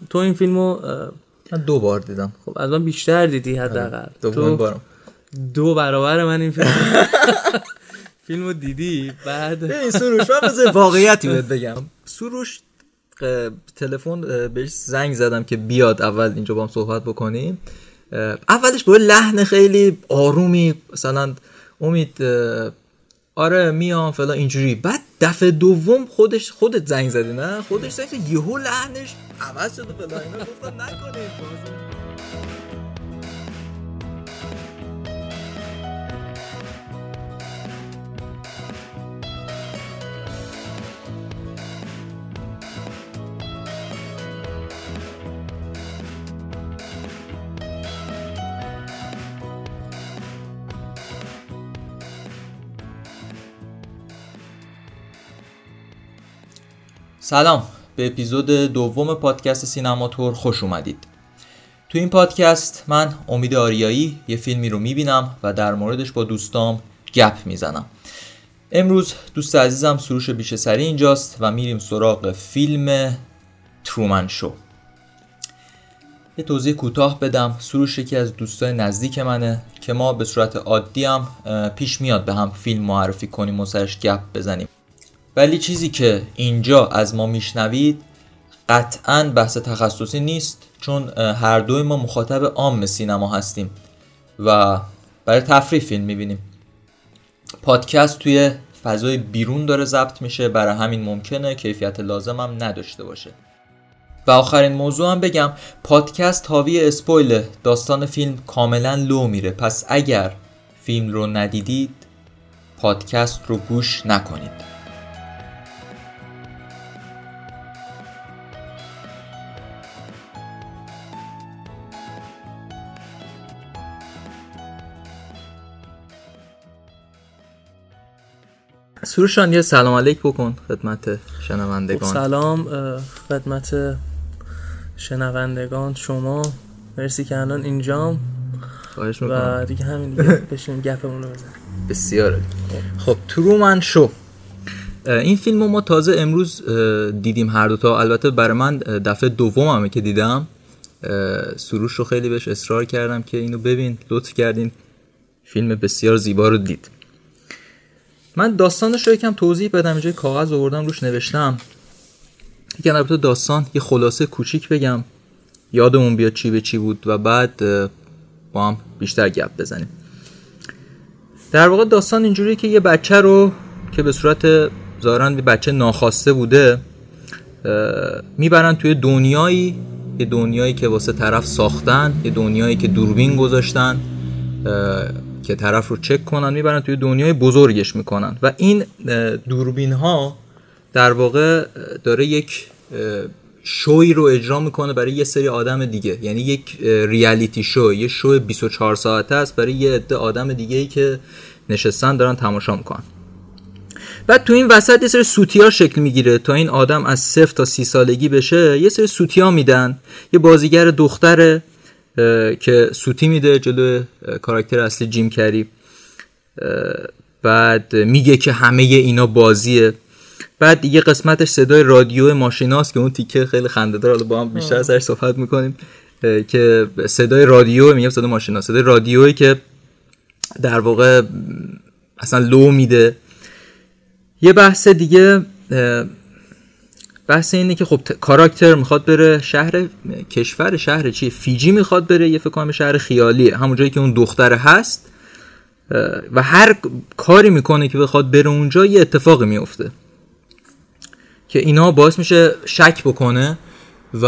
تو این فیلمو من 2 بار دیدم. خب الان بیشتر دیدی حداقل. دومین بارم. 2 برابر من این فیلمو دیدی. بعد این سروش من بذار واقعیتی بهت بگم. سروش تلفن بهش زنگ زدم که بیاد اول اینجا با هم صحبت بکنیم. اولش با لحن خیلی آرومی مثلا امید آره میام فلان اینجوری. بعد دفعه دوم خودت زنگ زدی نه؟ خودش زنگ زد یهو لحنش عوض شد و فلان اینا. گفتم نکنید. سلام، به اپیزود دوم پادکست سینماتور خوش اومدید. تو این پادکست من امید آریایی یه فیلمی رو میبینم و در موردش با دوستام گپ میزنم. امروز دوست عزیزم سروش بیشه‌سری اینجاست و میریم سراغ فیلم ترومن شو. یه توضیح کوتاه بدم. سروش یکی از دوستای نزدیک منه که ما به صورت عادی هم پیش میاد به هم فیلم معرفی کنیم و سرش گپ بزنیم. ولی چیزی که اینجا از ما میشنوید قطعاً بحث تخصصی نیست، چون هر دوی ما مخاطب عام سینما هستیم و برای تفریح فیلم میبینیم. پادکست توی فضای بیرون داره ضبط میشه، برای همین ممکنه کیفیت لازم هم نداشته باشه. و آخرین موضوع هم بگم، پادکست حاوی اسپویل، داستان فیلم کاملا لو میره، پس اگر فیلم رو ندیدید پادکست رو گوش نکنید. سروشان یه سلام علیک بکن خدمت شنوندگان. سلام خدمت شنوندگان شما، مرسی که الان اینجام. خواهش میکنم. و دیگه همین دیگه بشینیم گپمون رو بزنیم. بسیاره. خب ترومن شو، این فیلم رو ما تازه امروز دیدیم هر دوتا. البته برای من دفعه دوممه که دیدم. سروش رو خیلی بهش اصرار کردم که اینو ببین، لطف کردین، فیلم بسیار زیبا رو دید. من داستانش رو یکم توضیح بدم. اینجا کاغذ آوردم روش نوشتم. یکم البته داستان یه خلاصه کوچیک بگم یادمون بیاد چی به چی بود و بعد با هم بیشتر گپ بزنیم. در واقع داستان اینجوریه که یه بچه رو که به صورت ظاهراً یه بچه ناخواسته بوده میبرن توی یه دنیایی که واسه طرف ساختن، یه دنیایی که دوربین گذاشتن که طرف رو چک کنن، میبرن توی دنیای بزرگش میکنن و این دوربین ها در واقع داره یک شوی رو اجرا میکنه برای یه سری آدم دیگه. یعنی یک ریالیتی شو، یه شو 24 ساعته است برای یه عده آدم دیگه‌ای که نشستن دارن تماشا میکنن. بعد تو این وسط یه سری سوتی‌ها شکل میگیره. تا این آدم از 0 تا 30 سالگی بشه یه سری سوتی‌ها میدن. یه بازیگر دختره که سوتی میده جلو کاراکتر اصلی جیم کری. بعد میگه که همه اینا بازیه. بعد یه قسمتش صدای رادیو ماشیناست که اون تیکه خیلی خنده‌دار، حالا با هم بیشتر سرش صحبت میکنیم، که صدای رادیو، میگم صدای ماشیناست، صدای رادیویی که در واقع اصلا لو میده. یه بحث دیگه، بحث اینه که خب کاراکتر میخواد بره شهر چیه؟ فیجی میخواد بره، یه فکر کنم شهر خیالیه، همون جایی که اون دختره هست، و هر کاری میکنه که بخواد بره اونجا یه اتفاقی میفته که اینا باعث میشه شک بکنه و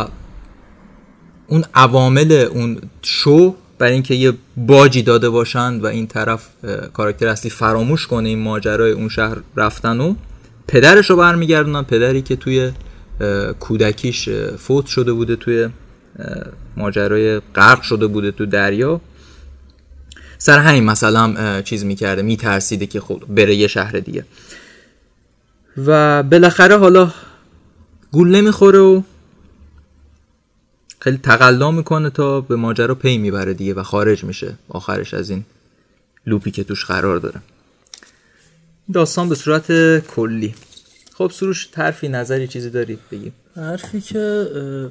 اون عوامل اون شو برای اینکه یه باجی داده باشن و این طرف کاراکتر اصلی فراموش کنه این ماجرای اون شهر رفتن و پدرش رو برمیگردونن. پدری که توی کودکیش فوت شده بوده، توی ماجرای غرق شده بوده تو دریا، سر همین مثلا چیز میکرده، میترسیده که خب بره یه شهر دیگه و بالاخره حالا گول نمیخوره و خیلی تقلا میکنه تا به ماجرا پی میبره دیگه و خارج میشه آخرش از این لوپی که توش قرار داره. داستان به صورت کلی. خب سروش، حرفی، نظری، چیزی داری بگیم؟ حرفی که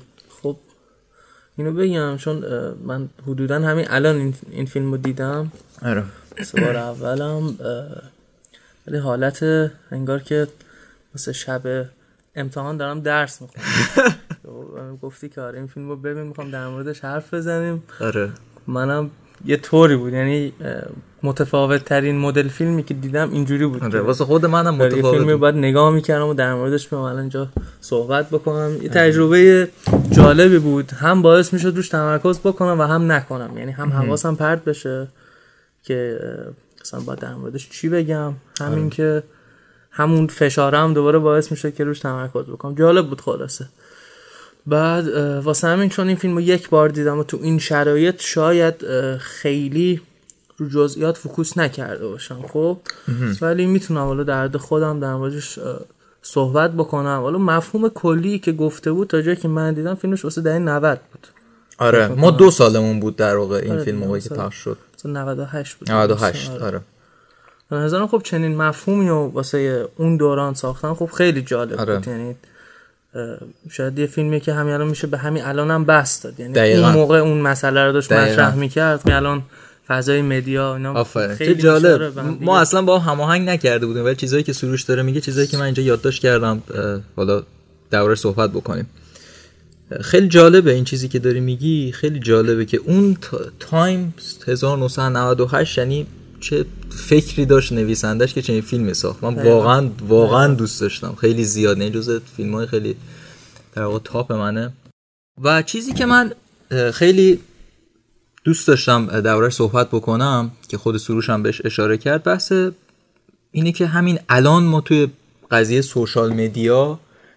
خب اینو بگم چون من حدودا همین الان این فیلمو دیدم. آره. بار اولم ولی حالت انگار که مثل شب امتحان دارم درس میخونم. گفتی که آره این فیلمو ببین میخوام در موردش حرف بزنیم. آره. منم یه طوری بود، یعنی متفاوت ترین مدل فیلمی که دیدم اینجوری بود. آره واسه خود منم متفاوت بود. فیلمی بعد نگاه میکردم و در موردش به من اینجا صحبت بکنم. یه تجربه جالبی بود، هم باعث میشد روش تمرکز بکنم و هم نکنم، یعنی هم حواسم پرت بشه که مثلا باید در موردش چی بگم، همین که همون فشارم دوباره باعث میشه که روش تمرکز بکنم. جالب بود خلاصه. بعد واسه همین چون این فیلمو یک بار دیدم و تو این شرایط شاید خیلی رو جزئیات فوکوس نکرده باشم، خب ولی میتونم حالا در حد خودم در موردش صحبت بکنم. حالا مفهوم کلی که گفته بود تا جایی که من دیدم فیلمش واسه دهه 90 بود. آره ما 2 سالمون بود در واقع این فیلم موقعی که پخش شد. 98 بود. 98 آره. به نظرم خب چنین مفهومی رو واسه اون دوران ساختن خب خیلی جالب بود. یعنی شاید یه فیلمی که همین الان میشه به همین الانم بس داد، یعنی دقیقا. اون موقع اون مسئله رو داشت مطرح میکرد، الان فضای مدیا اینا خیلی جالب. ما اصلا با هماهنگ نکرده بودیم ولی چیزایی که سروش داره میگه چیزایی که من اینجا یادداشت کردم حالا دربارش صحبت بکنیم. خیلی جالبه این چیزی که داری میگی، خیلی جالبه که اون تایم 1998 یعنی چه فکری داشت نویسندش که چنین فیلمی ساخت. من واقعا دوست داشتم، خیلی زیاد، نه جزء فیلم‌های خیلی در واقع تاپ منه. و چیزی که من خیلی دوست داشتم دربارش صحبت بکنم که خود سروش هم بهش اشاره کرد، بحث اینه که همین الان ما توی قضیه سوشال مدیا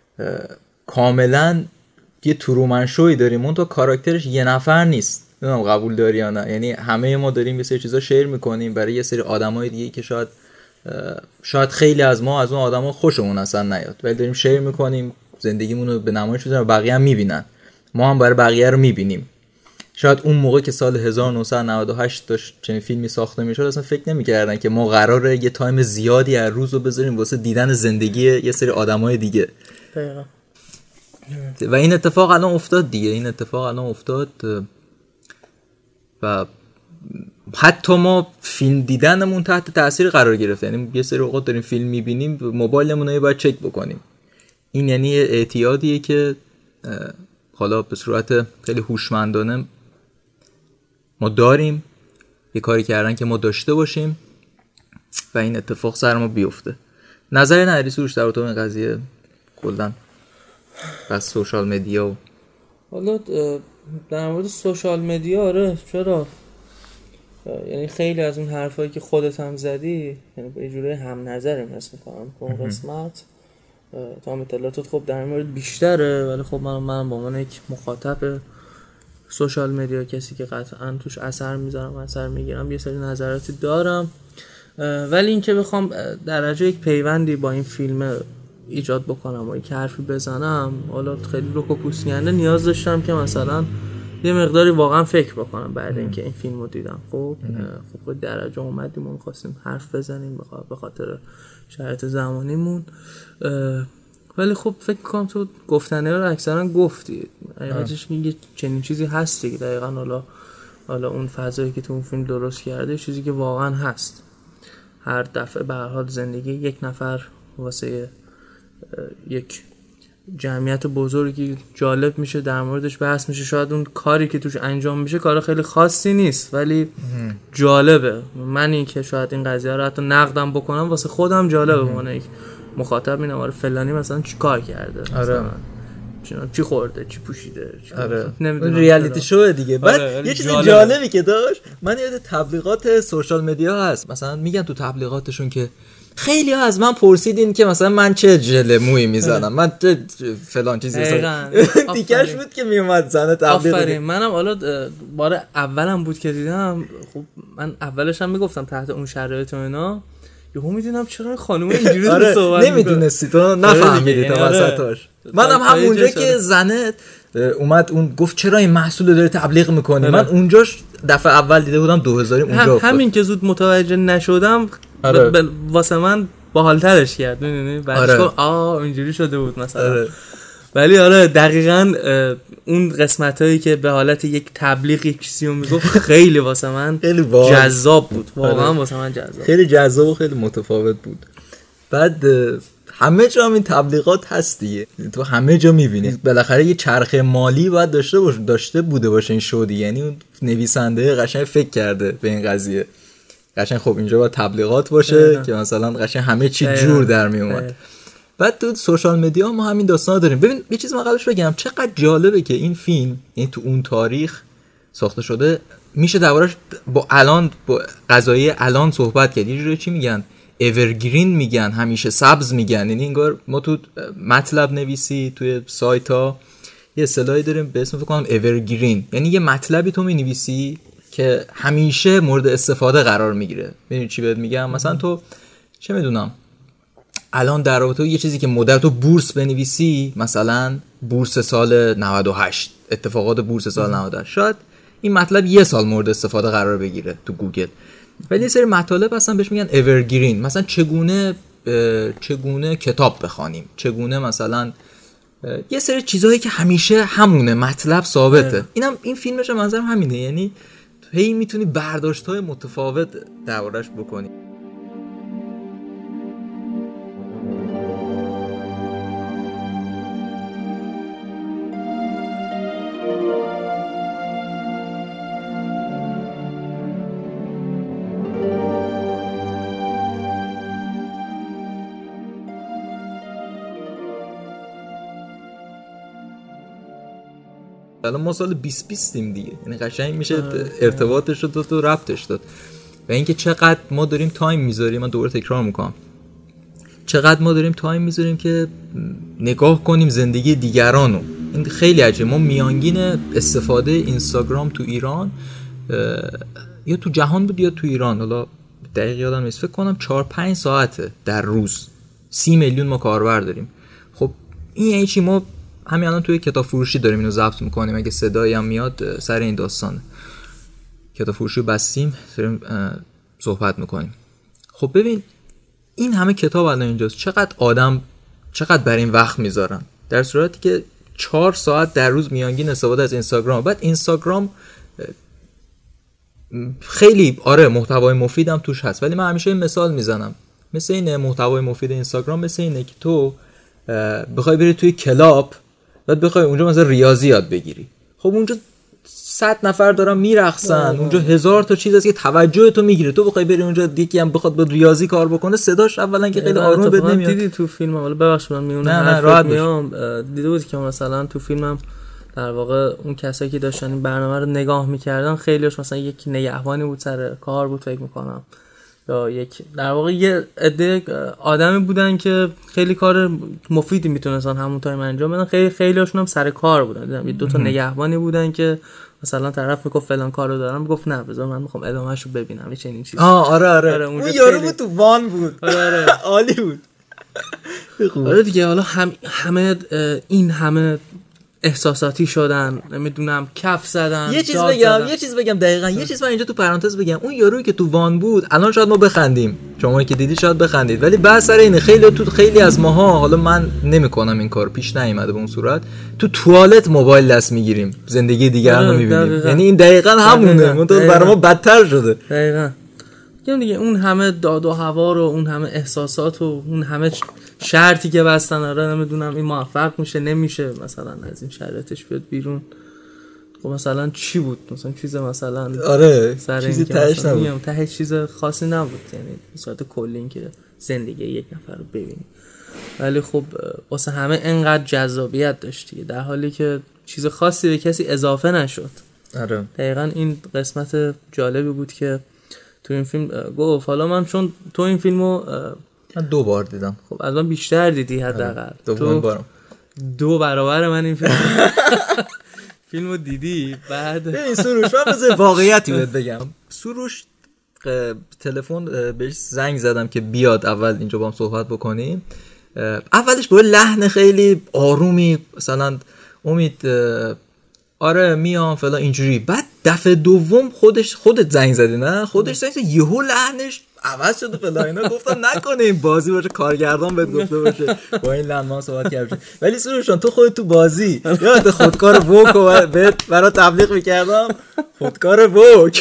کاملا یه ترومن شوی داریم، اون تا کاراکترش یه نفر نیست. نمیدونم قبول داری یا نه، یعنی همه ما داریم یه سری چیزا شیر میکنیم برای یه سری آدمای دیگه که شاید خیلی از ما از اون آدما خوشمون اصلا نیاد، ولی داریم شیر میکنیم، زندگیمون رو به نمایش میذاریم و بقیه هم میبینن، ما هم برای بقیه رو میبینیم. شاید اون موقع که سال 1998 داشت چنین فیلمی ساخته میشد اصلا فکر نمیکردن که ما قراره یه تایم زیادی از روز رو بذاریم واسه دیدن زندگی یه سری آدمای دیگه. دقیقاً. و این اتفاق الان افتاد دیگه، این اتفاق الان افتاد و حتی ما فیلم دیدنمون تحت تاثیر قرار گرفته. یعنی یه سری اوقات داریم فیلم میبینیم موبایلمون رو باید چک بکنیم. این یعنی اعتیادیه که حالا به صورت خیلی هوشمندانه ما داریم، یه کاری کردن که ما داشته باشیم و این اتفاق سر ما بیفته. نظر نداری سروش در این قضیه کلاً بس سوشال مدیا؟ حالا در مورد سوشال مدیا آره چرا، یعنی خیلی از اون حرفایی که خودت هم زدی یعنی به جوری هم نظرم حس میکنم با اون قسمت. تو هم اطلاعاتت خب در مورد بیشتره، ولی خب من به عنوان یک مخاطب سوشال مدیا، کسی که قطعا توش اثر میذارم اثر میگیرم، یه سری نظراتی دارم. ولی این که بخوام درجه یک پیوندی با این فیلم ایجاد بکنم و یک حرفی بزنم، حالا خیلی رک و پوسکنده نیاز داشتم که مثلا یه مقداری واقعا فکر بکنم بعد اینکه این فیلمو دیدم. خب درجه اومدیم ما می‌خواستیم حرف بزنیم به خاطر شرایط زمانیمون، ولی خب فکر می‌کنم تو گفتنه رو اکثرا گفتی. حقیقتش میگه چنین چیزی هستی که دقیقاً حالا اون فضایی که تو اون فیلم درست کرده چیزی که واقعا هست. هر دفعه به هر حال زندگی یک نفر واسه یک جمعیت بزرگی جالب میشه، در موردش بحث میشه. شاید اون کاری که توش انجام میشه کار خیلی خاصی نیست ولی جالبه. من این که شاید این قضیه رو حتی نقدم بکنم واسه خودم جالبه. من یک مخاطب اینم آره فلانی مثلا چی کار کرده، آره چی خورده، چی پوشیده، آره ریالیتی شو دیگه. بعد یه چیز جالبی که داشت، من یاد تبلیغات سوشال مدیا هست، مثلا میگن تو تبلیغاتشون که خیلی ها از من پرسیدین که مثلا من چه ژل مویی میزنم، من فلان چیزی دیگه‌اش بود که میومد زنه تبلیغ. آفرین. منم حالا بار اولم بود که دیدم، خب من اولش هم میگفتم تحت اون شرایط و اینا یهو میدونم چرا خانم اینجوری آره صحبت نمیدونستی تو نفهمیدی تا وسطاش. منم همونجا که زنه اومد اون گفت چرا این محصول داره تبلیغ میکنه، من اونجاش دفعه اول دیده بودم 2000 اونجا همین که زود متوجه نشدم واسه من باحال‌ترش کرد. میدونی بعدش گفت اینجوری شده بود مثلا. ولی آره دقیقاً اون قسمتایی که به حالت یک تبلیغ یک چیزی رو میگفت خیلی واسه من جذاب بود، واقعا واسه من جذاب، خیلی جذاب و خیلی متفاوت بود. بعد همه جا هم این تبلیغات هست دیگه، تو همه جا میبینی بالاخره یه چرخه مالی باید داشته بوده باشه این شو دیگه. یعنی اون نویسنده قشنگ فکر کرده به این قضیه، قشنگ خب اینجا باید تبلیغات باشه که مثلا قشنگ همه چی جور در میومد. بعد تو سوشال مدیا ما همین داستانا داریم. ببین یه چیز من قبلش بگم، چقدر جالبه که این فیلم یعنی تو اون تاریخ ساخته شده، میشه دربارش با قضایی الان صحبت کرد. یه جوری چی میگن، اورگرین میگن، همیشه سبز میگن. یعنی انگار ما تو مطلب نویسی توی سایت ها یه اصطلاحی داریم به اسم فکر کنم اورگرین، یعنی یه مطلبی تو مینویسی که همیشه مورد استفاده قرار میگیره. ببین چی بهت میگم، مثلا تو چه میدونم الان در رابطه یه چیزی که مدت تو بورس بنویسی، مثلا بورس سال 98، اتفاقات بورس سال 98، شاید این مطلب یه سال مورد استفاده قرار بگیره تو گوگل. ولی یه سری مطالب هستن بهش میگن اورگرین، مثلا چگونه کتاب بخوانیم، چگونه مثلا یه سری چیزهایی که همیشه همونه، مطلب ثابته. این فیلمش منظرم همینه، یعنی هی میتونی برداشت‌های متفاوت دربارش بکنی. الان ما سال 2020 دیگه، یعنی قشنگ میشه ارتباطش رو تو ربطش داد. و اینکه چقدر ما داریم تایم میذاریم، من دوباره تکرار میکنم، چقدر ما داریم تایم میذاریم که نگاه کنیم زندگی دیگرانو. این خیلی عجیبه. ما میانگین استفاده اینستاگرام تو ایران یا تو جهان بود یا تو ایران، حالا دقیق یادم نیست، فکر کنم 4-5 ساعته در روز. 30 میلیون ما کاربر داریم. خب این یعنی چی؟ ما همین الان توی کتاب فروشی داریم اینو ضبط میکنیم، اگه صدایی هم میاد سر این داستانه. کتاب فروشی بستیم داریم صحبت میکنیم. خب ببین این همه کتاب الان اینجاست، چقدر برای این وقت میذارن، در صورتی که 4 ساعت در روز میانگین استفاده از اینستاگرام. بعد اینستاگرام خیلی محتوای مفیدم توش هست، ولی من همیشه این مثال میزنم، مثل این محتوای مفید اینستاگرام مثل اینه که تو بخوای بری توی کلاب بعد بخوای اونجا مثلا ریاضی یاد بگیری. خب اونجا 100 نفر دارن میرقصن، اونجا 1000 تا چیز هست که توجه تو میگیره. تو بخوای بری اونجا یکی هم بخواد با ریاضی کار بکنه، صداش اولا که خیلی آروم بد نمیاد. دیدی تو فیلم، حالا ببخشید من میونه دیده بود که مثلا تو فیلمم در واقع اون کسایی که داشتن این برنامه رو نگاه میکردن خیلیش مثلا یک نگهبانی بود سر کار بود فکر میکنم، یا یک در واقع یه عده آدمی بودن که خیلی کار مفیدی میتونستن همون تایم انجام بدن. خیلی هاشون هم سر کار بودن. دیدم یه 2 تا نگهبانی بودن که مثلا طرف میگفت فلان کارو دارم، میگفت نه بذار من میخوام ادامهشو ببینم یه چنین چیزی. آره اون یارو بود تو وان بود. آره عالی بود. آره دیگه. حالا همه این همه احساساتی شدن، نمیدونم کف زدن. یه چیز بگم دقیقاً یه چیز من اینجا تو پرانتز بگم، اون یارویی که تو وان بود الان شاید ما بخندیم، شمایی که دیدی شاید بخندید، ولی بحث سر اینه خیلی از ماها، حالا من نمیکنم این کار، پیش نیومده به اون صورت، تو توالت موبایل دست میگیریم زندگی دیگران رو میبینیم. یعنی این دقیقاً همونه، منتها برای ما بدتر شده. دقیقاً دیگه اون همه داد و هوا رو، اون همه احساسات و اون همه شرطی که بستن، آره نمیدونم این موفق میشه نمیشه، مثلا از این شرایطش بیاد بیرون. خب مثلا چی بود؟ مثلا چیز مثلا چیزی تهش نبود، تهش چیز خاصی نبود، یعنی به صورت کلی این که زندگی یک نفر رو ببینی. ولی خب واسه همه انقدر جذابیت داشت در حالی که چیز خاصی به کسی اضافه نشد. آره دقیقاً این قسمت جالبی بود که تو این فیلم گفت. حالا من چون تو این فیلمو من 2 بار دیدم. خب از من بیشتر دیدی حداقل. دومین بارم 2 برابر من این فیلمو دیدی. بعد ببین سروش، من بذار واقعیتی بهت بگم. سروش تلفن بهش زنگ زدم که بیاد اول اینجا با هم صحبت بکنیم. اولش با لحن خیلی آرومی مثلا امید آره میام فلان اینجوری. بعد دفعه دوم خودت زنگ زدی، نه خودش زنگ زد، یهو لحنش عوض شده فلان اینا. گفتم نکنه این بازی باشه، کارگردان بهت گفته باشه با این لندمان صحبت کرده. ولی سروشان تو خودت تو بازی یادت خودکار ووکو برات تبلیغ میکردم، خودکار ووک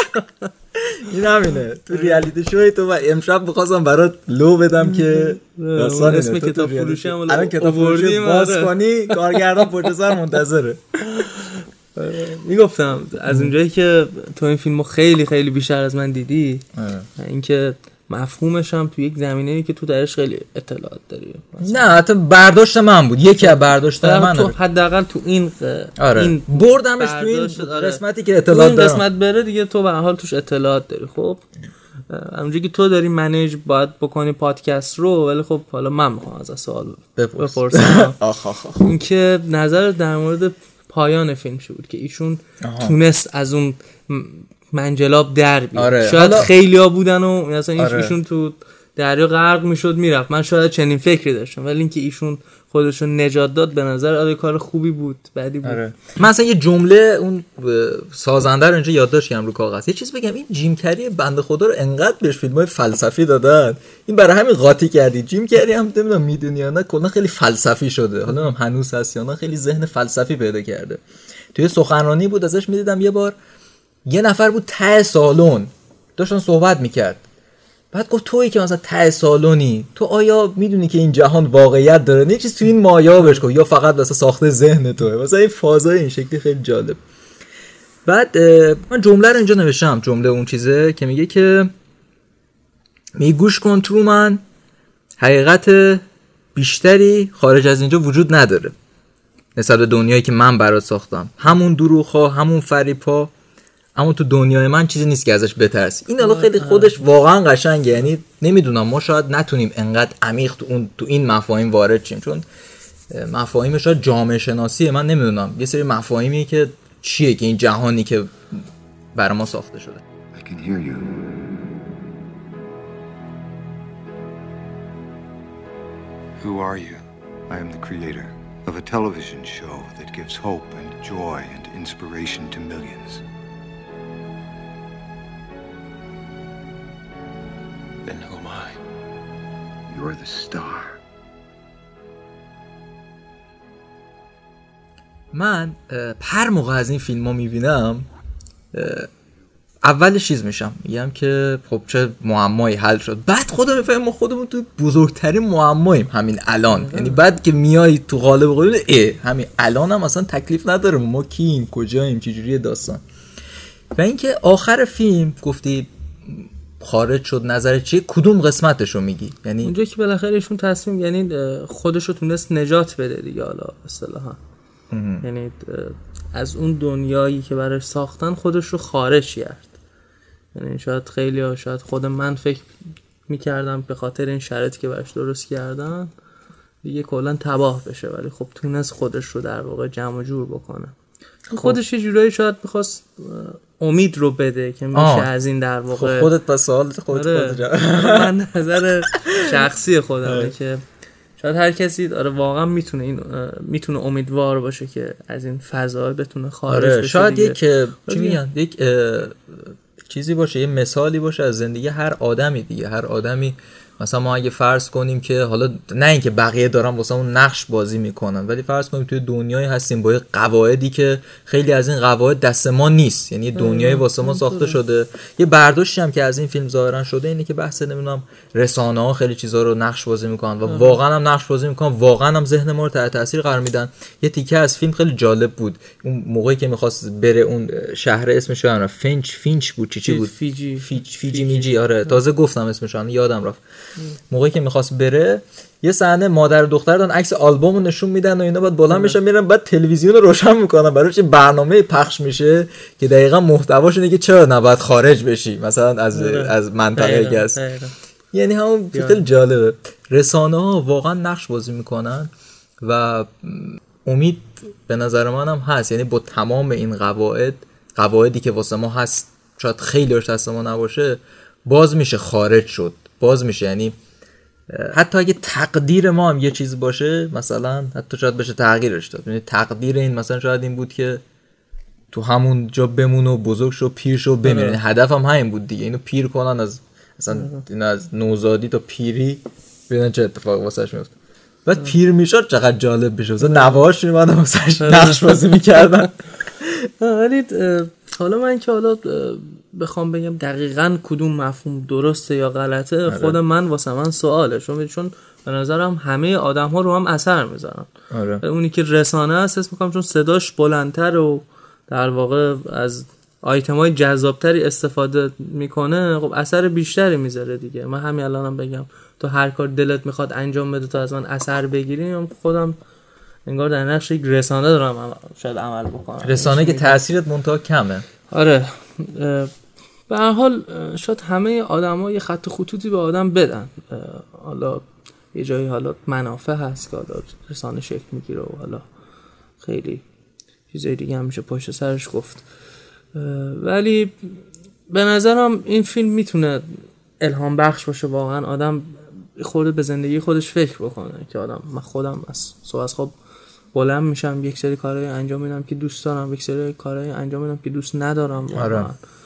این همینه تو ریالیتی شوی تو. و امشب می‌خواستم برات لو بدم که داستان اسم کتاب فروشی هم الان کتاب فروشی باز کنی، کارگردان پشت سر منتظره. میگفتم از اونجایی که تو این فیلمو خیلی خیلی بیشتر از من دیدی، اینکه مفهومش هم تو یک زمینه‌ای که تو درش خیلی اطلاعات داری. نه حتی برداشت من بود، یکی از برداشت من تو حداقل تو این این بردمش تو این قسمتی که اطلاعات دارم. این قسمت بره دیگه تو به هر حال توش اطلاعات داری. خب اونجایی که تو داری منیج باید بکنی پادکست رو، ولی خب حالا من میخوام از سوال بپرسم اینکه نظر در مورد پایان فیلم چی بود که ایشون تونست از اون منجلاب در بیاد. شاید خیلیا بودن و مثلا ایشون تو دریا غرق میشد میرفت، من شاید چنین فکری داشتم، ولی اینکه ایشون خودشون نجات داد به نظر کار خوبی بود، بعدی بود. من اصلا یه جمله اون سازنده رو اینجا یادداشت کردم رو کاغذ. یه چیز بگم، این جیم کری بنده خدا رو انقدر بهش فیلم‌های فلسفی دادن، این برای همین قاطی کردی. جیم کری هم نمیدونم میدونی یا نه کلا خیلی فلسفی شده، حالا هنوز هست یا نه، خیلی ذهن فلسفی پیدا کرده. توی سخنرانی بود ازش میدیدم یه بار، یه نفر بود ته سالن داشتن صحبت میکرد، بعد گفت تویی که مثلا ته سالونی، تو آیا میدونی که این جهان واقعیت داره؟ نه چیز تو این مایا بهش گفت یا فقط واسه ساخته ذهن توه. مثلا این فازای این شکلی خیلی جالب. بعد من جمله رو اینجا نوشتم، جمله اون چیزه که میگه که گوش کن ترومن، حقیقت بیشتری خارج از اینجا وجود نداره نسبت به دنیایی که من برات ساختم. همون دروغ‌ها، همون فریب‌ها، اما تو دنیای من چیزی نیست که ازش بترسی. این حالا خیلی خودش واقعا قشنگه. یعنی نمیدونم ما شاید نتونیم انقدر عمیق تو این مفاهیم وارد شیم، چون مفاهیمش شاید جامعه شناسیه. من نمیدونم یه سری مفاهیمی که چیه که این جهانی که برای ما ساخته شده. I can hear you. Who are you? I am the creator of a television show that gives hope and joy and inspiration to millions. Then who am I? You're the star. من هر موقع از این فیلم ها میبینم اولش چیز میشم، میگم که خب چه معمایی حل شد. بعد خودم میفهمم ما خودمون تو بزرگترین معماییم همین الان. یعنی بعد که میای تو قالب قول همین الان هم اصلا تکلیف نداره ما کیم، کجاییم، چجوریه داستان. و اینکه آخر فیلم گفتی خارج شد، نظر چیه؟ کدوم قسمتشو میگی؟ یعنی اونجا که بالاخره ایشون تصمیم، یعنی خودشو تونست نجات بده دیگه، حالا اصطلاحا یعنی از اون دنیایی که براش ساختن خودش رو خارج کرد. یعنی شاید خیلی ها، شاید خود من فکر میکردم به خاطر این شرایطی که براش درست کردن دیگه کلا تباه بشه، ولی خب تونست خودش رو در واقع جمع و جور بکنه. خودش یه جورایی شاید میخواست امید رو بده که میشه از این در واقع. خب خودت پس سوالت خودت من نظر شخصی خودمه که شاید هر کسی واقعا میتونه امیدوار باشه که از این فضا بتونه خارج بشه. شاید چی میگن، یک چیزی باشه، یه مثالی باشه از زندگی هر آدمی دیگه. هر آدمی مثلا ما اگه فرض کنیم که حالا نه اینکه بقیه دارن واسه اون نقش بازی میکنن، ولی فرض کنیم توی دنیایی هستیم با قواعدی که خیلی از این قواعد دست ما نیست، یعنی دنیای واسه ما ساخته شده. یه برداشتی هم که از این فیلم ظاهرا شده اینه که بحث نمیدونم رسانه‌ها خیلی چیزا رو نقش بازی میکنن و واقعا هم نقش بازی میکنن، واقعا هم ذهن ما رو تحت تاثیر قرار میدن. یه تیکه از فیلم خیلی جالب بود، اون موقعی که میخواست بره اون شهر، اسمش یادم رفت، فینچ بود چی بود، فیجی میجی، آره تازه گفتم اسمش الان یادم رفت. موقعی که میخواست بره یه صحنه مادر و دختر دارن عکس آلبومو نشون میدن و اینا بعد بلند میشن میرن بعد تلویزیون رو روشن میکنن برای چه برنامه پخش میشه که دقیقاً محتواش اینه که چرا نباید خارج بشی مثلا از منطقه گس. یعنی همون خیلی جالبه، رسانه‌ها واقعا نقش بازی میکنن و امید به نظر منم هست. یعنی با تمام این قواعدی که واسه ما هست شاید خیلی هاش دست ما نباشه، باز میشه خارج شد، باز میشه. یعنی حتی اگه تقدیر ما هم یه چیز باشه، مثلا حتی شاید بشه تغییرش داد. یعنی تقدیر این مثلا شاید این بود که تو همون جا بمونه و بزرگ شو، پیر شو، بمیره. هدفم همین بود دیگه، اینو پیر کنن، از مثلا این از نوزادی تا پیری ببینن چه اتفاقی واسش میفته. بعد پیر میشد چقدر جالب بشه، مثلا نوه‌هاش میومدن واسش نقش بازی میکردن. ولی حالا من که حالا بخوام بگم دقیقاً کدوم مفهوم درسته یا غلطه، خود من واسه من سواله، چون به نظرم همه آدم‌ها رو هم اثر میذارن. اونی که رسانه است حس می‌کنم چون صداش بلندتر و در واقع از آیتم‌های جذابتری استفاده میکنه، خب اثر بیشتری میذاره دیگه. من همین الانم بگم تو هر کار دلت میخواد انجام بده تا از من اثر بگیری، خودم انگار در نقش یک رسانه دارم شاید عمل بکنم. رسانه که تأثیرت منتها کمه. آره به هر حال شاید همه آدم‌ها یه خط خطوطی به آدم بدن، حالا یه جایی حالا منافع هست که حالا رسانه شکل میگیره و حالا خیلی چیزای دیگه هم میشه پشت سرش گفت. ولی به نظرم این فیلم میتونه الهام بخش باشه، واقعا آدم خورده به زندگی خودش فکر بکنه که آدم من خودم از صبح از خواب بلند میشم یک سری کارهای انجام میدم که دوست دارم، یک سری کارهای انجام میدم که دوست ندارم. واقعا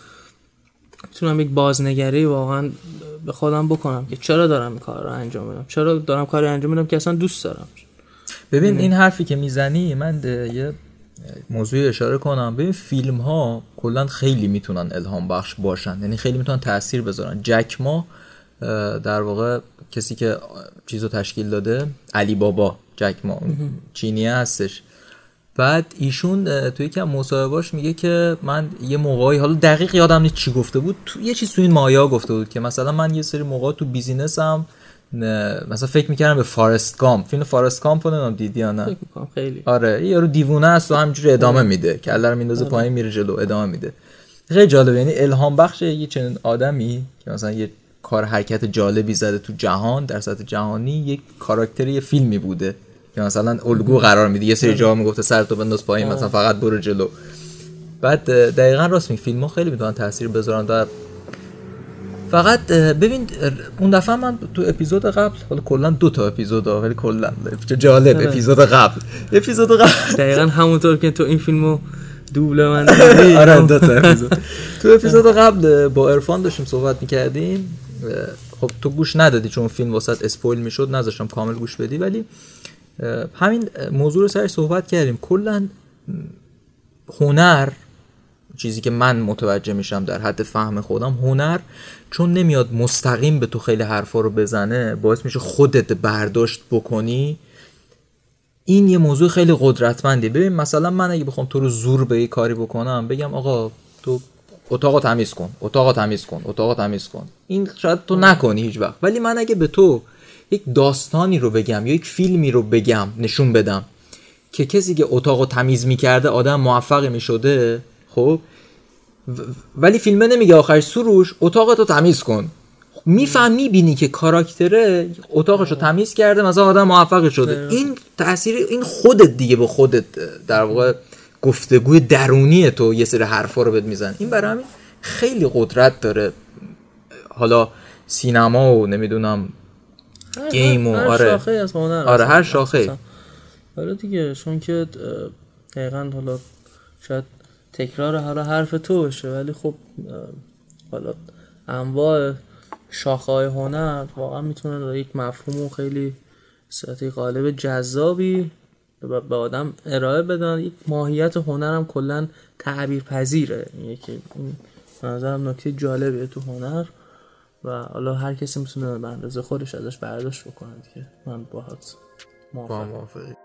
میتونم یک بازنگری واقعا به خودم بکنم که چرا دارم این کار رو انجام میدم، چرا دارم کاری انجام میدم که اصلا دوست دارم. ببین این حرفی که میزنی من یه موضوع اشاره کنم. ببین فیلم ها کلا خیلی میتونن الهام بخش باشن، یعنی خیلی میتونن تأثیر بذارن. جک ما در واقع کسی که چیزو تشکیل داده، علی بابا جک ما چینیه هستش. بعد ایشون توی یکم مصاحبه‌اش میگه که من یه موقعی، حالا دقیق یادم نیست چی گفته بود، یه چیز تو این مایا گفته بود که مثلا من یه سری موقع تو بیزینسم مثلا فکر میکردم به فارست گامپ، فیلم فارست گامپ رو نمیدونم دیدی یا نه؟ فکر میکنم خیلی. آره یارو دیوونه است و همینجوری ادامه میده، کله رو میندازه پایین میره جلو ادامه میده. خیلی جالبه، یعنی الهام بخش یه چنین آدمی که مثلا یه کار حرکت جالبی زده تو جهان، در سطح جهانی یک کاراکتری یه فیلمی بوده که مثلا الگو قرار میده، یه سری جاها میگفته سرتو بنداز پایین مثلا فقط برو جلو. بعد دقیقاً راست میگی، فیلم‌ها خیلی میتونن تاثیر بذارن. و فقط ببین اون دفعه من تو اپیزود قبل، حالا کلا 2 تا اپیزود ولی کلا جالب اپیزود قبل دقیقاً همونطور که تو این فیلمو دوبله من دیدی. آره 2 تا اپیزود. تو اپیزود قبل با عرفان داشتیم صحبت می‌کردیم، خب تو گوش ندادی چون فیلم واسط اسپویل میشد، نذاشتم کامل گوش بدی، ولی همین موضوع رو سرش صحبت کردیم. کلا هنر، چیزی که من متوجه میشم در حد فهم خودم، هنر چون نمیاد مستقیم به تو خیلی حرفا رو بزنه، باعث میشه خودت برداشت بکنی. این یه موضوع خیلی قدرتمندی. ببین مثلا من اگه بخوام تو رو زور به یه کاری بکنم، بگم آقا تو اتاقو تمیز کن، اتاقو تمیز کن، اتاقو تمیز کن، این شاید تو نکنی هیچ وقت. ولی من اگه به تو یک داستانی رو بگم یا یک فیلمی رو بگم، نشون بدم که کسی که اتاقو تمیز میکرده آدم موفقی میشده، خب ولی فیلمه نمیگه آخرش سروش اتاقتو تمیز کن، میبینی که کاراکتره اتاقشو تمیز کرده مثلا آدم موفقی شده. این تأثیر این خودت دیگه به خودت در واقع گفتگوی درونی تو یه سری حرفا رو بهت میزنه. این برای همین خیلی قدرت داره. حالا سینما و نمیدونم گیم و هر شاخه از هنر، آره هر شاخه. آره دیگه، چون که دقیقاً حالا شاید تکرار حالا حرف تو بشه، ولی خب حالا انواع شاخه‌های هنر واقعا میتونه یک مفهوم خیلی صورتی قالب جذابی به آدم ارائه بدن. یک ماهیت هنرم کلا تعبیر پذیره، یکی به نظرم نکته جالبیه تو هنر و حالا هر کسی میتونه به اندازه خودش ازش برداشت بکنه دیگه. من باهات موافقم.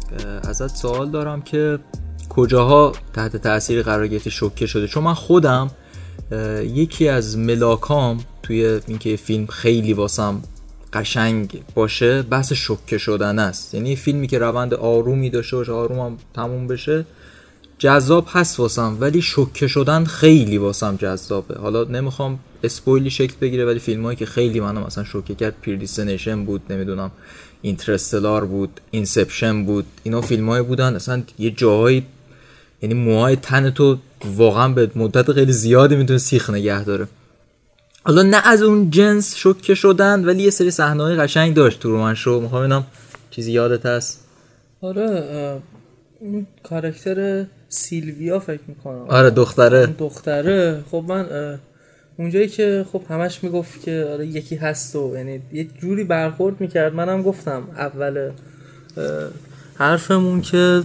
ازت سوال دارم که کجاها تحت تأثیر قرار گرفتی شوکه شده؟ چون من خودم یکی از ملاکام توی اینکه فیلم خیلی واسم قشنگ باشه بحث شوکه شدن است. یعنی فیلمی که روند آرومی داشته باشه، آروم هم تموم بشه، جذاب هست واسم، ولی شوکه شدن خیلی واسم جذابه. حالا نمیخوام اسپویلی شکل بگیره، ولی فیلمایی که خیلی منو مثلا شوکه کرد پریدیستینیشن بود، نمیدونم اینترستلار بود، اینسپشن بود، اینا فیلمایی بودن اصلا یه جاهایی یعنی موهای تن تو واقعا به مدت خیلی زیادی میتونه سیخ نگه داره. حالا نه از اون جنس شوکه شدن، ولی یه سری صحنه‌های قشنگ داشت تو رومن شو. میخوام ببینم چیزی یادت هست؟ آره اون کاراکتر سیلویا فکر میکنم. آره دختره. خب من اونجایی که خب همش میگفت که آره یکی هست و یعنی یه جوری برخورد میکرد، منم گفتم اول حرفمون که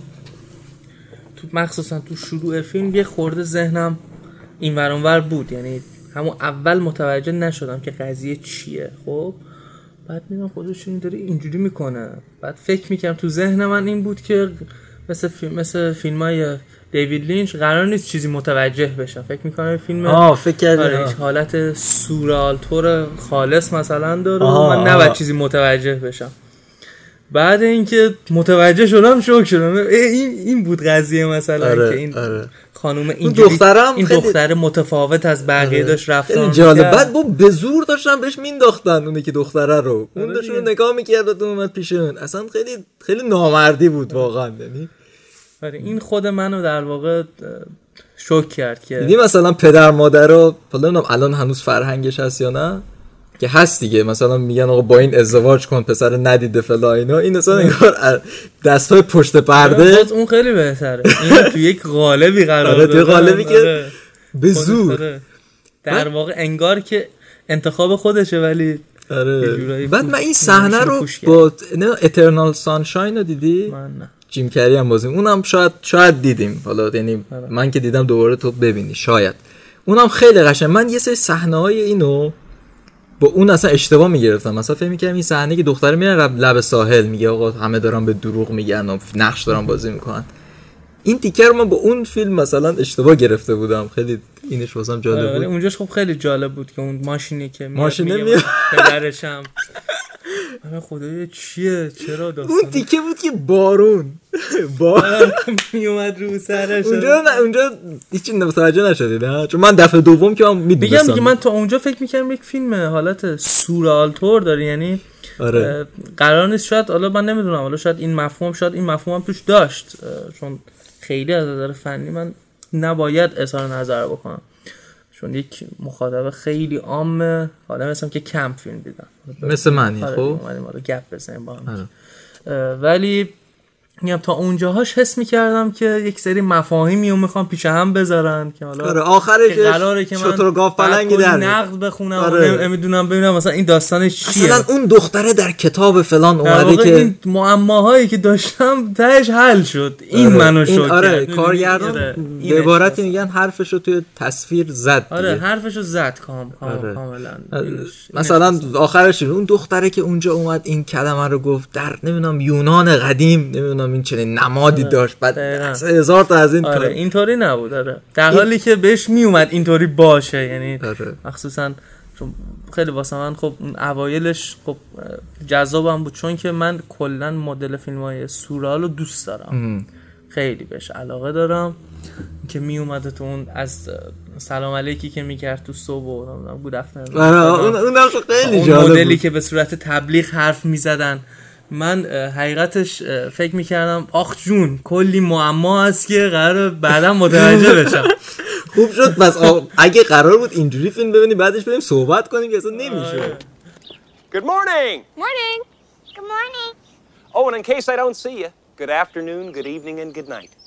تو مخصوصا تو شروع فیلم یه خورده ذهنم این ور اون ور بود، یعنی همون اول متوجه نشدم که قضیه چیه. خب بعد میدونم خودش اینجوری میکنه، بعد فکر میکنم تو ذهن من این بود که مثل فیلمای دیوید لینچ قرار نیست چیزی متوجه بشم. فکر میکنم فیلم فکر کردم حالت سورئال طور خالص مثلا داره و من نباید چیزی متوجه بشم. بعد اینکه متوجه شدم شوک شدم. این بود قضیه مثلا که این خانوم این دختر متفاوت از بقیه داشت رفتار جالب. بعد به زور داشتن بهش مینداختن اونه که دختره رو اون داشت رو نگاه میکرد و اومد پیشون. اصلا خیلی نامردی بود واقعا. یعنی این خود منو در واقع شوک کرد که دیدی مثلا پدر مادر رو الان هنوز فرهنگش هست یا نه که هست دیگه، مثلا میگن آقا با این ازدواج کن پسر ندیده فلا اینا، این اصلا انگار دستای پشت پرده. اون خیلی بهتره. این تو یک قالبی قرار داده، توی قالبی که به زور در واقع انگار که انتخاب خودشه ولی بعد من این صحنه رو با اترنال سانشاین رو دیدی؟ من نه. جیم کری هم بازی، اونم شاید دیدیم، حالا یعنی من که دیدم دوباره تو ببینی شاید. اونم خیلی قشنگ. من یه سری صحنه‌های اینو با اون اصلا اشتباه میگرفتم. مثلا فکر می‌کردم این صحنه که دختره میره لب ساحل میگه آقا همه دارن به دروغ میگن و نقش دارن بازی میکنن، این تیکر من با اون فیلم مثلا اشتباه گرفته بودم. خیلی اینش واسم جالب بود. اونجاش خب خیلی جالب بود که اون ماشینی که میاد پدرشم من خدایا چیه چرا داستان اون تیکه بود که بارون میومد رو سرش. اونجا هیچ متوجه نشدی نه؟ چون من دفعه دوم که من میدونستم. میگم من تا اونجا فکر می‌کردم یک فیلم حالت سورئال طور داره، یعنی قرار نیست، شاید حالا من نمیدونم، حالا شاید این مفهوم هم توش داشت، چون خیلی از نظر فنی من نباید اظهار نظر بکنم چون یک مخاطب خیلی عامه، حالا مثلا که کم فیلم دیدم مثل منی. خب اومدیم حالا گپ بزنیم با هم. ولی میگم تا اونجاهاش حس می‌کردم که یک سری مفاهیمی رو میخوام پیش هم بذارن که حالا آخرش قراره که من گاف پلنگی در نقد بخونم نمیدونم ببینم مثلا این داستانش چیه. مثلا اون دختره در کتاب فلان اومده که این معماهایی که داشتم تهش حل شد. این منو شوک کرد. کارگردان به عبارتی میگن حرفشو توی تصویر زد. حرفشو زد کاملا. مثلا آخرش اون دختره که اونجا اومد این کلمه رو گفت در نمیدونم یونان قدیم، نمیدونم این چنین نمادی داشت، بعد هزار تا از این اینطوری نبود. در حالی که بهش میومد اینطوری باشه، یعنی مخصوصا چون خیلی واسه من خب اوایلش خب جذابم بود، چون که من کلا مدل فیلم‌های سورئال رو دوست دارم، خیلی بهش علاقه دارم که میومد تو اون از سلام علیکی که میکرد تو صبح و گود افترنون، اونم خیلی جالب بود. مدلی که به صورت تبلیغ حرف میزدن، من حقیقتش فکر میکردم آخ جون کلی معما هست که قرار بعدا متوجه بشم. خوب شد بس اگه قرار بود اینجوری فیلم ببینیم بعدش بریم صحبت کنیم که اصلا نمیشه. Good morning. Morning. Good morning. Oh, and in case I don't see you, good afternoon, good evening, and good night.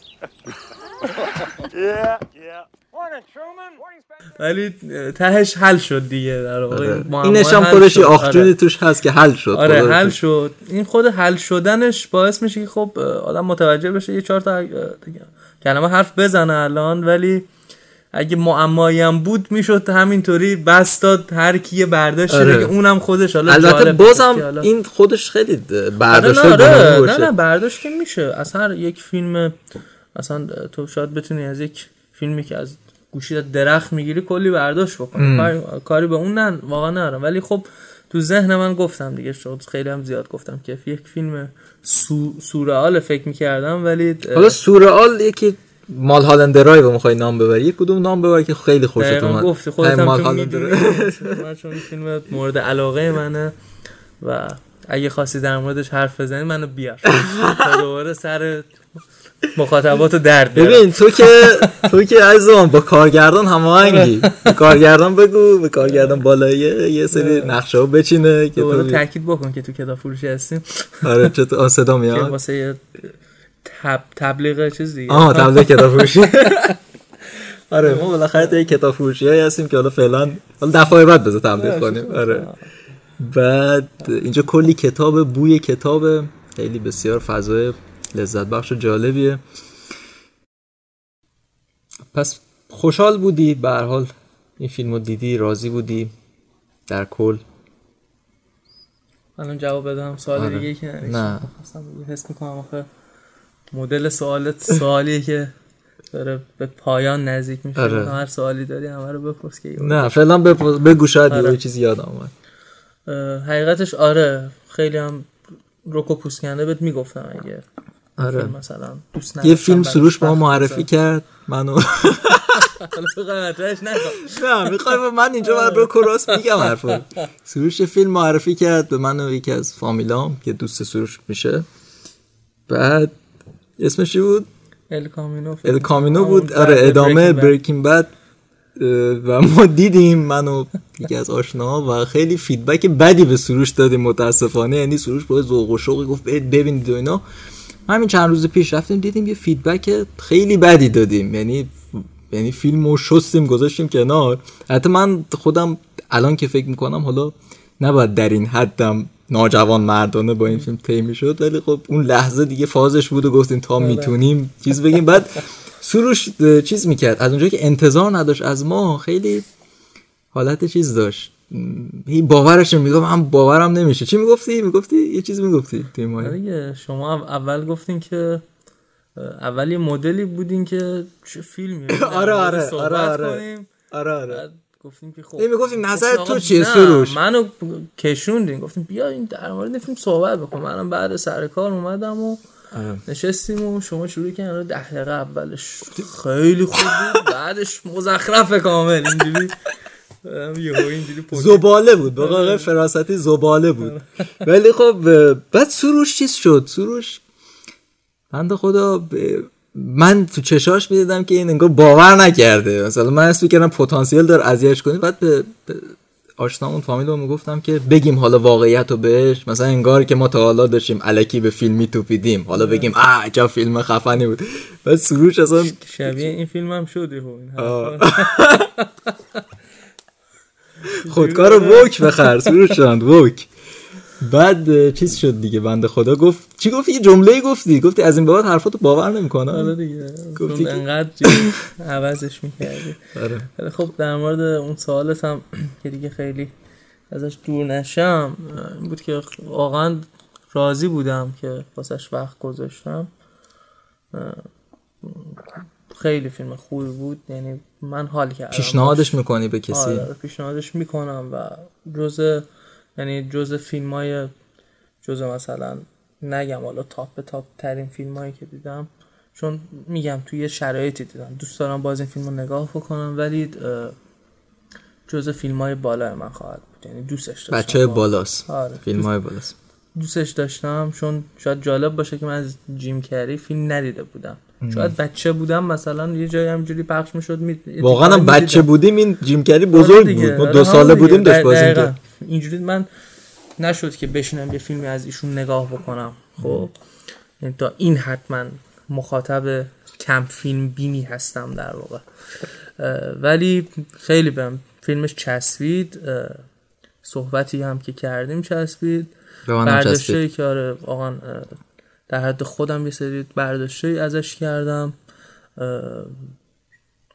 Yeah. Morning, Truman. ولی تهش حل شد دیگه در واقع. اینش هم خودش آخجونی توش هست که حل شد. حل شد. این خود حل شدنش باعث میشه که خب آدم متوجه بشه یه 4 تا کلمه حرف بزنه الان، ولی اگه معمایی هم بود میشد همینطوری بس داد هر کی برداشت که اونم خودش حالا البته بازم این خودش خیلی برداشت گوناگون باشه. نه برداشت که میشه از هر یک فیلم. اصلا تو شاید بتونی از یک فیلمی که از گوشی درخت میگیری کلی برداشت بکنی، کاری به اون نه واقعا ندارم. ولی خب تو ذهن من گفتم دیگه، شد خیلی هم زیاد گفتم که یک فیلم سورئال فکر میکردم. ولی حالا سورئال یکی مال هالند درایو میخوای نام ببری، یک کدوم نام ببر که خیلی خوشت اومد. گفتی خودت هم چون میدونی من چون این فیلم مورد علاقه منه و اگه خواستی در موردش حرف بزنی منو بیار تا دوباره سر مخاطباتو درد بیارم. ببین تو که عزیزم با کارگردان هماهنگی، کارگردان بگو به کارگردان بالایی یه سری نقشه‌ها بچینه که تو تاکید بکن که تو کتاب فروشی هستیم. آره چطور صدا میاد که واسه تبلیغ چیز دیگه. تبلیغ کتاب فروشی. آره ما بالاخره توی کتاب فروشیایی هستیم که حالا فعلا دفعه بعد بذار تبلیغ کنیم. آره بعد اینجا کلی کتاب، بوی کتاب، خیلی بسیار فضای لذت بخش و جالبیه. پس خوشحال بودی به هر حال این فیلمو دیدی، راضی بودی در کل؟ الان جواب بدم سوال دیگه که نه اصلا حس میکنم آخه مدل سوالیه که داره به پایان نزدیک میشه. هر سوالی داری همه رو بپرس که نه فعلا بگو شاید یه چیزی یادم اومد. حقیقتش آره خیلی هم رک و پوسکنده بهت میگفتم اگه مثلا دوست نداشتم یه فیلم سروش با ما معرفی کرد منو تو قیمتش نه میخوای من اینجا باید رک و راست میگم حرفو. سروش یه فیلم معرفی کرد به من و یکی از فامیلام که دوست سروش میشه. بعد اسمش چی بود؟ ال کامینو بود. آره ادامه بریکینگ بد. و ما دیدیم من و یکی از آشناها و خیلی فیدبک بدی به سروش دادیم متاسفانه. یعنی سروش با ذوق و شوقی گفت ببینید و اینا. همین چند روز پیش رفتیم دیدیم یه فیدبک خیلی بدی دادیم. یعنی فیلمو شستیم گذاشتیم کنار. حتی من خودم الان که فکر میکنم حالا نباید در این حدم ناجوان مردانه با این فیلم طی میشد، ولی خب اون لحظه دیگه فازش بود و گفتیم تا میتونیم چیز بگیم. بعد سروش چیز میکرد از اونجایی که انتظار نداشت از ما، خیلی حالت چیز داشت، باورش نمیگم، من باورم نمیشه. چی میگفتی یه چیز میگفتی توی ما دیگه. شما اول گفتین که اولی مدلی بودین که چه فیلمی آره گفتیم که خب میگفتیم نظر تو چیه سروش؟ منو کشوندین گفتیم بیا این در مورد فیلم صحبت بکن. منم بعد سر کار اومدم و نشستیم و شما شروع کردین. 10 دقیقه اولش خیلی خوب بود، بعدش مزخرف کامل اینجوری زباله بود، به قول فراستی زباله بود. ولی خب بعد سروش چیز شد. سروش بنده خدا من تو چشاش میدیدم که این انگار باور نکرده. مثلا من اسم کردم پتانسیل داره اذیتش کنه. بعد به آشنامون فامیلمون میگفتم که بگیم حالا واقعیتو بهش، مثلا انگار که ما تا حالا داشتیم الکی به فیلم میتوپیدیم، حالا بگیم چه فیلم خفنی بود. بعد سروش اصلا شبیه این فیلم هم شد. خودکار ووک بخر سروش جان ووک. بعد چیز شد دیگه، بنده خدا گفت چی گفتی؟ یه جمله گفتی از این به بعد حرفاتو باور نمیکنم. آره دیگه گفتی انقدر عوضش میکردی. آره خب در مورد اون سوالت هم که دیگه خیلی ازش دور نشم، این بود که واقعا راضی بودم که واسش وقت گذاشتم. فیلم خوبی بود. یعنی من حال کردم. پیشنهادش میکنی به کسی؟ آره پیشنهادش میکنم و جزء فیلمای مثلا نگم حالا تاپ ترین فیلمایی که دیدم، چون میگم توی شرایطی دیدم دوست دارم باز این فیلمو نگاه بکنم، ولی جزء فیلمای بالای من خواهد بود. یعنی دوستش داشتم. بچه بالاست. آره فیلمای بالاست. دوستش داشتم چون شاید جالب باشه که من از جیم کری فیلم ندیده بودم. شاید بچه بودم مثلا یه جایی همجوری پخش میشد واقعا بچه بودیم این جیم کری بزرگ بود. ما 2 ساله بودیم داشت بازی می‌کرد. اینجوری من نشد که بشینم یه فیلمی از ایشون نگاه بکنم. خب یعنی تا این حد من مخاطب کم فیلم بینی هستم در واقع. ولی خیلی بهم فیلمش چسبید. صحبتی هم که کردیم چسبید. برداشتایی که آره واقعا در حد خودم یه سری برداشتایی ازش کردم.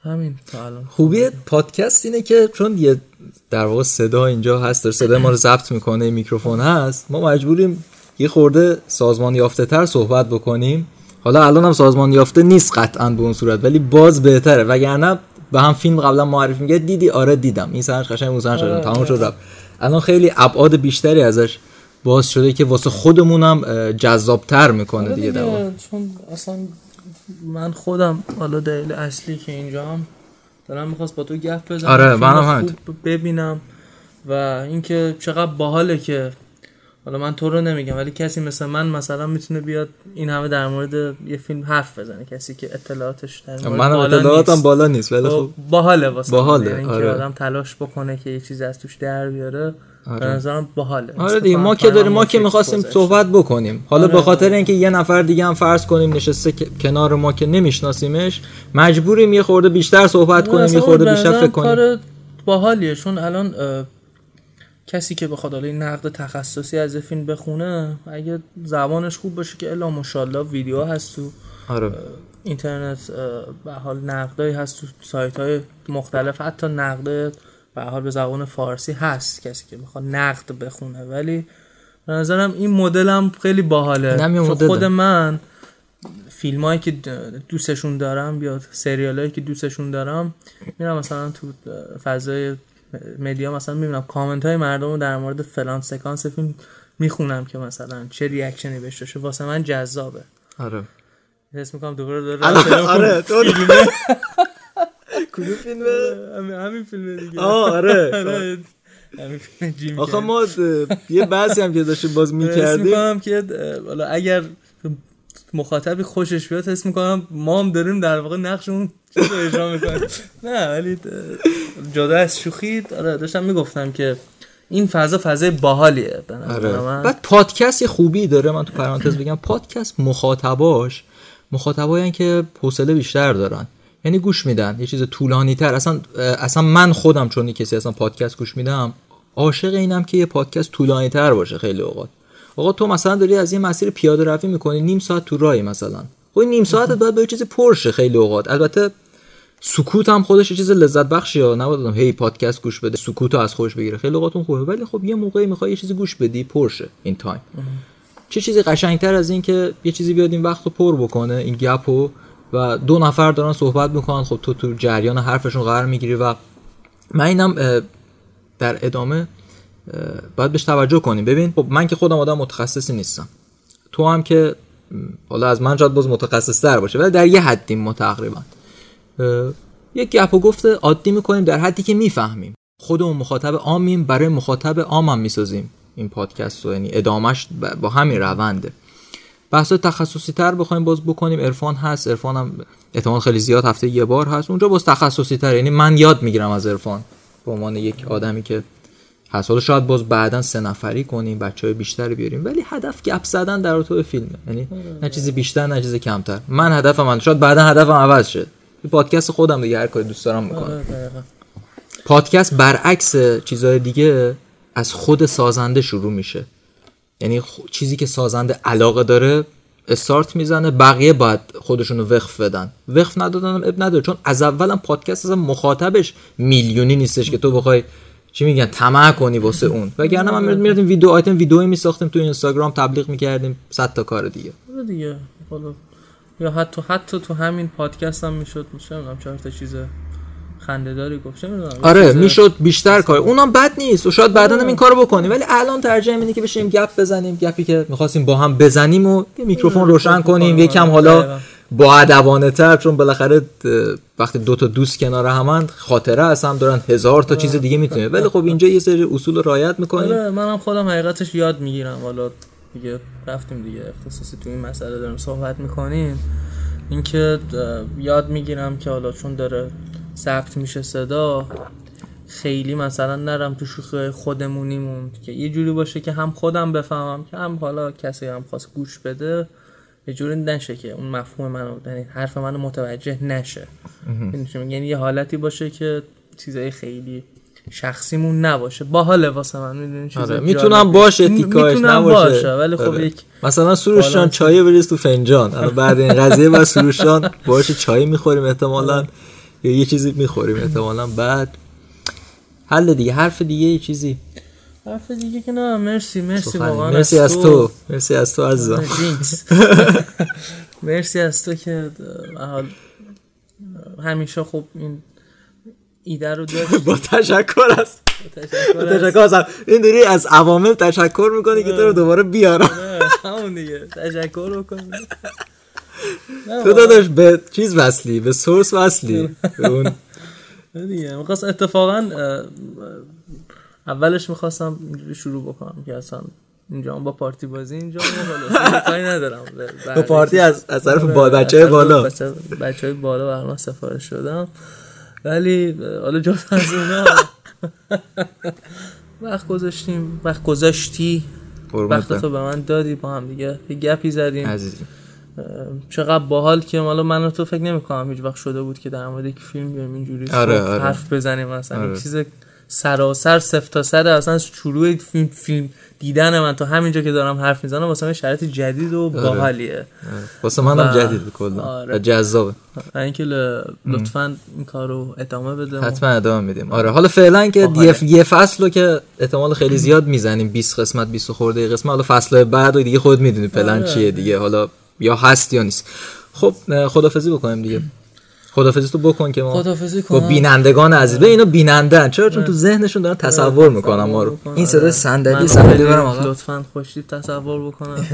همین تا الان. خوبی پادکست اینه که چون یه در واقع صدا اینجا هست، صدا ما رو ضبط میکنه، میکروفون هست، ما مجبوریم یه خورده سازمان یافته تر صحبت بکنیم. حالا الان هم سازمان یافته نیست قطعاً به اون صورت، ولی باز بهتره، وگرنه به هم فیلم قبلا معرفی میگه دیدی؟ آره دیدم، این سرش قشنگ اون سرش شدم تمام شد رفت. الان خیلی ابعاد بیشتری ازش باز شده که واسه خودمونم جذابتر میکنه دیگه. چون اصلا من خودم حالا دلیل اصلی که اینجام دارم میخواست با تو گپ بزنم، آره منم همین ببینم و اینکه چقدر باحاله که حالا من تو رو نمیگم ولی کسی مثل من مثلا میتونه بیاد این همه در مورد یه فیلم حرف بزنه، کسی که اطلاعاتش در مورد من اطلاعاتم بالا نیست ولی خب باحاله واسه باحاله. یعنی که آدم تلاش بکنه که یه چیزی از توش در بیاره. به نظرم باحاله. آره دیگه ما که داریم، ما که می‌خواستیم صحبت بکنیم، حالا به خاطر اینکه یه نفر دیگه هم فرض کنیم نشسته کنار ما که نمیشناسیمش، مجبوریم یه خورده بیشتر صحبت کنیم، یه خورده بیشتر فکر کنیم. کار باحالیه، چون الان کسی که بخواد حالا این نقد تخصصی از فیلم بخونه، اگه زبانش خوب باشه که الا ماشاءالله ویدیو هست تو اینترنت، به حال نقدایی هست تو سایت‌های مختلف، حتی نقد به حال به زبان فارسی هست کسی که میخواد نقد بخونه. ولی به نظرم این مدلم خیلی باحاله، چون خود من فیلمایی که دوستشون دارم یا سریالایی که دوستشون دارم میرم مثلا تو فضای مدیا مثلا میبینم کامنت های مردم رو در مورد فلان سکانس فیلم میخونم که مثلا چه ریاکشنی بهش داشته، واسه من جذابه. آره حس میکنم دوباره داره آره تو کدوم فیلمه؟ همین فیلمه دیگه. آره همین فیلم جیم. آخه ما یه بحثی هم که داشتیم باز میکردیم، حس میکنم که حالا اگر مخاطبی خوشش بیاد حس میکنم ما هم داریم در واقع نقشمون چیز رو اجرا میکنیم. نه ولی جدا از شوخی داشتم میگفتم که این فضای باحالیه به نظر من. بعد پادکست یه خوبی داره، من تو پرانتز بگم، پادکست مخاطبایی که حوصله بیشتر دارن، یعنی گوش میدن یه چیز طولانی تر. اصلا من خودم چون کسی اصلا پادکست گوش میدم عاشق اینم که یه پادکست طولانی تر باشه. خیلی اوقات آقا تو مثلا داری از یه مسیر پیاده روی میکنی، نیم ساعت تو راهی مثلا، خب نیم ساعتت باید با یه چیز پرشه. خیلی اوقات البته سکوت هم خودش یه چیز لذت بخشیه، نباید هی پادکست گوش بده سکوتو از خودش بگیره، خیلی اوقات اون خوبه، ولی خب یه موقعی میخوای یه چیزی گوش بدی پرشه این تایم. چه چیزی قشنگتر از این که یه چیزی بیاد این وقتو پر بکنه، این گپو، و دو نفر دارن صحبت میکنن، خب تو جریان حرفشون قرار میگیری. و من اینم در ادامه باید بهش توجه کنیم. ببین خب من که خودم آدم متخصصی نیستم، تو هم که حالا از من شاید باز متخصص تر باشه، ولی در یه حدیم ما تقریبا یک گپ و گفت عادی میکنیم در حدی که میفهمیم، خودمون مخاطب عامیم، برای مخاطب عامم میسازیم این پادکست رو، یعنی ادامش با همین رونده. بحث تخصصی تر بخوایم باز بکنیم، عرفان هست، عرفان هم احتمال خیلی زیاد هفته یه بار هست، اونجا باز تخصصی تر، یعنی من یاد میگیرم از عرفان به عنوان یک آدمی که هست. حالا شاید باز بعداً 3 نفری کنیم، بچهای بیشتری بیاریم، ولی هدف گپ زدن در تو فیلمه، یعنی نه چیزی بیشتر نه چیزی کمتر. من هدفم شاید بعداً هدفم عوض شه، پادکست خودم دیگه هر کاری دوست دارم میکنم. پادکست برعکس چیزهای دیگه از خود سازنده شروع میشه، یعنی چیزی که سازنده علاقه داره استارت میزنه، بقیه باید خودشونو وقف بدن. وقف ندادن اب نداره، چون از اولم پادکست اصلا مخاطبش میلیونی نیستش که تو بخوای چی میگن طمع کنی واسه اون. وگرنه من میرفتیم ویدیویی میساختیم تو اینستاگرام تبلیغ میکردیم 100 تا کار دیگه. حالا یا حتی تو همین پادکست هم میشد نمیدونم 4 تا چیز خنده‌داری گفت نمیدونم. آره میشد بیشتر کار، اونم بد نیست و شاید بعداً هم این کارو بکنیم، ولی الان ترجیح اینه که بشیم گپ بزنیم، گپی که می‌خواستیم با هم بزنیم و یه میکروفون روشن کنیم، یکم حالا با ادبانه‌تر، چون بالاخره وقتی 2 تا دوست کنار همن خاطره از هم دارن، 1000 تا چیز دیگه میتونه، ولی خب اینجا یه سری اصول رعایت می‌کنیم. آره منم خودم حقیقتش یاد میگیرم، حالا دیگه رفتیم دیگه اختصاصی تو این مسئله داریم صحبت می‌کنیم، اینکه یاد میگیرم که حالا چون داره ثبت میشه صدا، خیلی مثلا نرم تو شوخی خودمونیمون، که یه جوری باشه که هم خودم بفهمم که هم حالا کسی هم خواست گوش بده یه جوری نشه که اون مفهوم منو، یعنی حرف منو متوجه نشه. یعنی یه حالتی باشه که چیزای خیلی شخصیمون نباشه. باحاله واسه من، میدونین چیزا میتونم باشه تیکاش نباشه، ولی خب یک مثلا سروش جان چای بریز تو فنجان، الان بعد این قضیه با سروش جان باشه چای میخوریم احتمالاً یه چیزی میخوریم احتمالاً. بعد حل دیگه، حرف دیگه، یه چیزی. حرف دیگه که نه، مرسی واقعا. مرسی از تو عزیزم. مرسی از تو که همیشه خب این ایده رو داری. با تشکر از این داری از عوامل تشکر میکنی که تو رو دوباره بیارم. همون دیگه تشکر بکنی. تو داداش به چیز وصلی، به سورس وصلی. به اون دیگه میخواستم اتفاقا اولش میخواستم اینجوری شروع بکنم که اصلا اینجا با پارتی بازی اینجا حالا کاری ندارم. با پارتی از طرف بچه‌های بالا، بچه‌های بالا برام سفارش شدم، ولی حالا جز از اونا وقت گذاشتی وقت تو به من دادی، با هم دیگه یه گپی زدیم عزیزی. چقدر باحال که حالا من و تو فکر نمی‌کنم هیچ وقت شده بود که در مورد یک فیلم بیایم اینجوری حرف بزنیم، مثلا یک چیز سراسر صفر تا صد اصلا شروع فیلم دیدن من تا همینجا که دارم حرف میزنم واسه من شرایط جدید و باحالیه. واسه منم جدید کلا و جذابه. اینکه لطفاً این کارو ادامه بده. حتما ادامه میدیم. آره حالا فعلا که یه فصلو که احتمال خیلی زیاد میزنیم، 20 قسمت 20 خورده قسمت، حالا فصل بعدو دیگه خودت میدونی پلن چیه دیگه، حالا یا هست یا نیست. خب خدافظی بکنیم دیگه. خدافظی تو بکن که ما با بینندگان عزیز، به اینا بینندن چرا؟ چون تو ذهنشون دارن تصور میکنن ما رو. این صدای صندلی برام آقا لطفاً خوشتیپ تصور بکنن.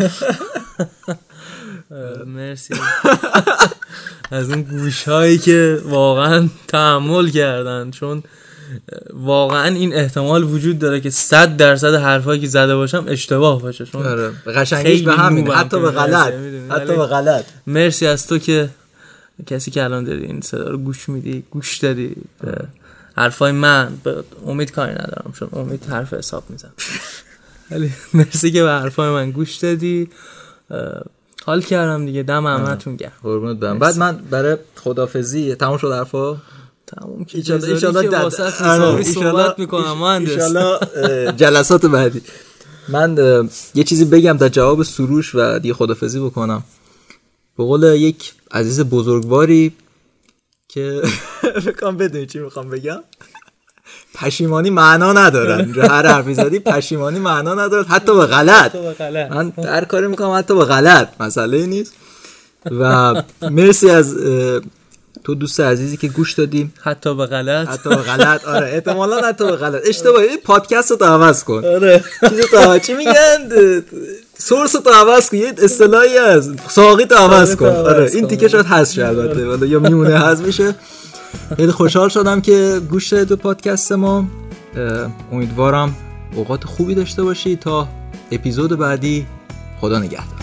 مرسی از اون گوشهایی که واقعا تحمل کردن، چون واقعا این احتمال وجود داره که 100% حرفایی که زده باشم اشتباه باشه، چون قشنگیش به همین، حتی به غلط. مرسی از تو که کسی که الان داری این صدا رو گوش دادی به حرفای من. به امید کاری ندارم چون امید حرف حساب میزن، ولی مرسی که به حرفای من گوش دادی. حال کردم دیگه. دم همتون گرم. قربونت برم. بعد من برای خدافظی تموم شد حرفا، تموم که ایشالله صحبت میکنم مهندس، ایشالله جلسات بعدی من یه چیزی بگم در جواب سروش و دیگه خدافظی بکنم. به قول یک عزیز بزرگواری که بکنم بدونی چی میخوام بگم، پشیمانی معنا نداره. اینجا هر حرفی زدی پشیمانی معنا نداره، حتی به غلط. من هر کاری میکنم حتی به غلط مسئله نیست. و مرسی از تو دوست عزیزی که گوش دادیم. حتی به غلط آره احتمالاً حتی به غلط. اشتباهی پادکست رو عوض کن. آره چی میگن؟ سورس رو عوض کن. یه اصطلاحی هست، ساقی رو عوض کن. آره این تیکه شاید حذف شه البته، ولی یا میمونه حذف میشه. خیلی خوشحال شدم که گوش دادید به پادکست ما. امیدوارم اوقات خوبی داشته باشی تا اپیزود بعدی. خدا نگهدار.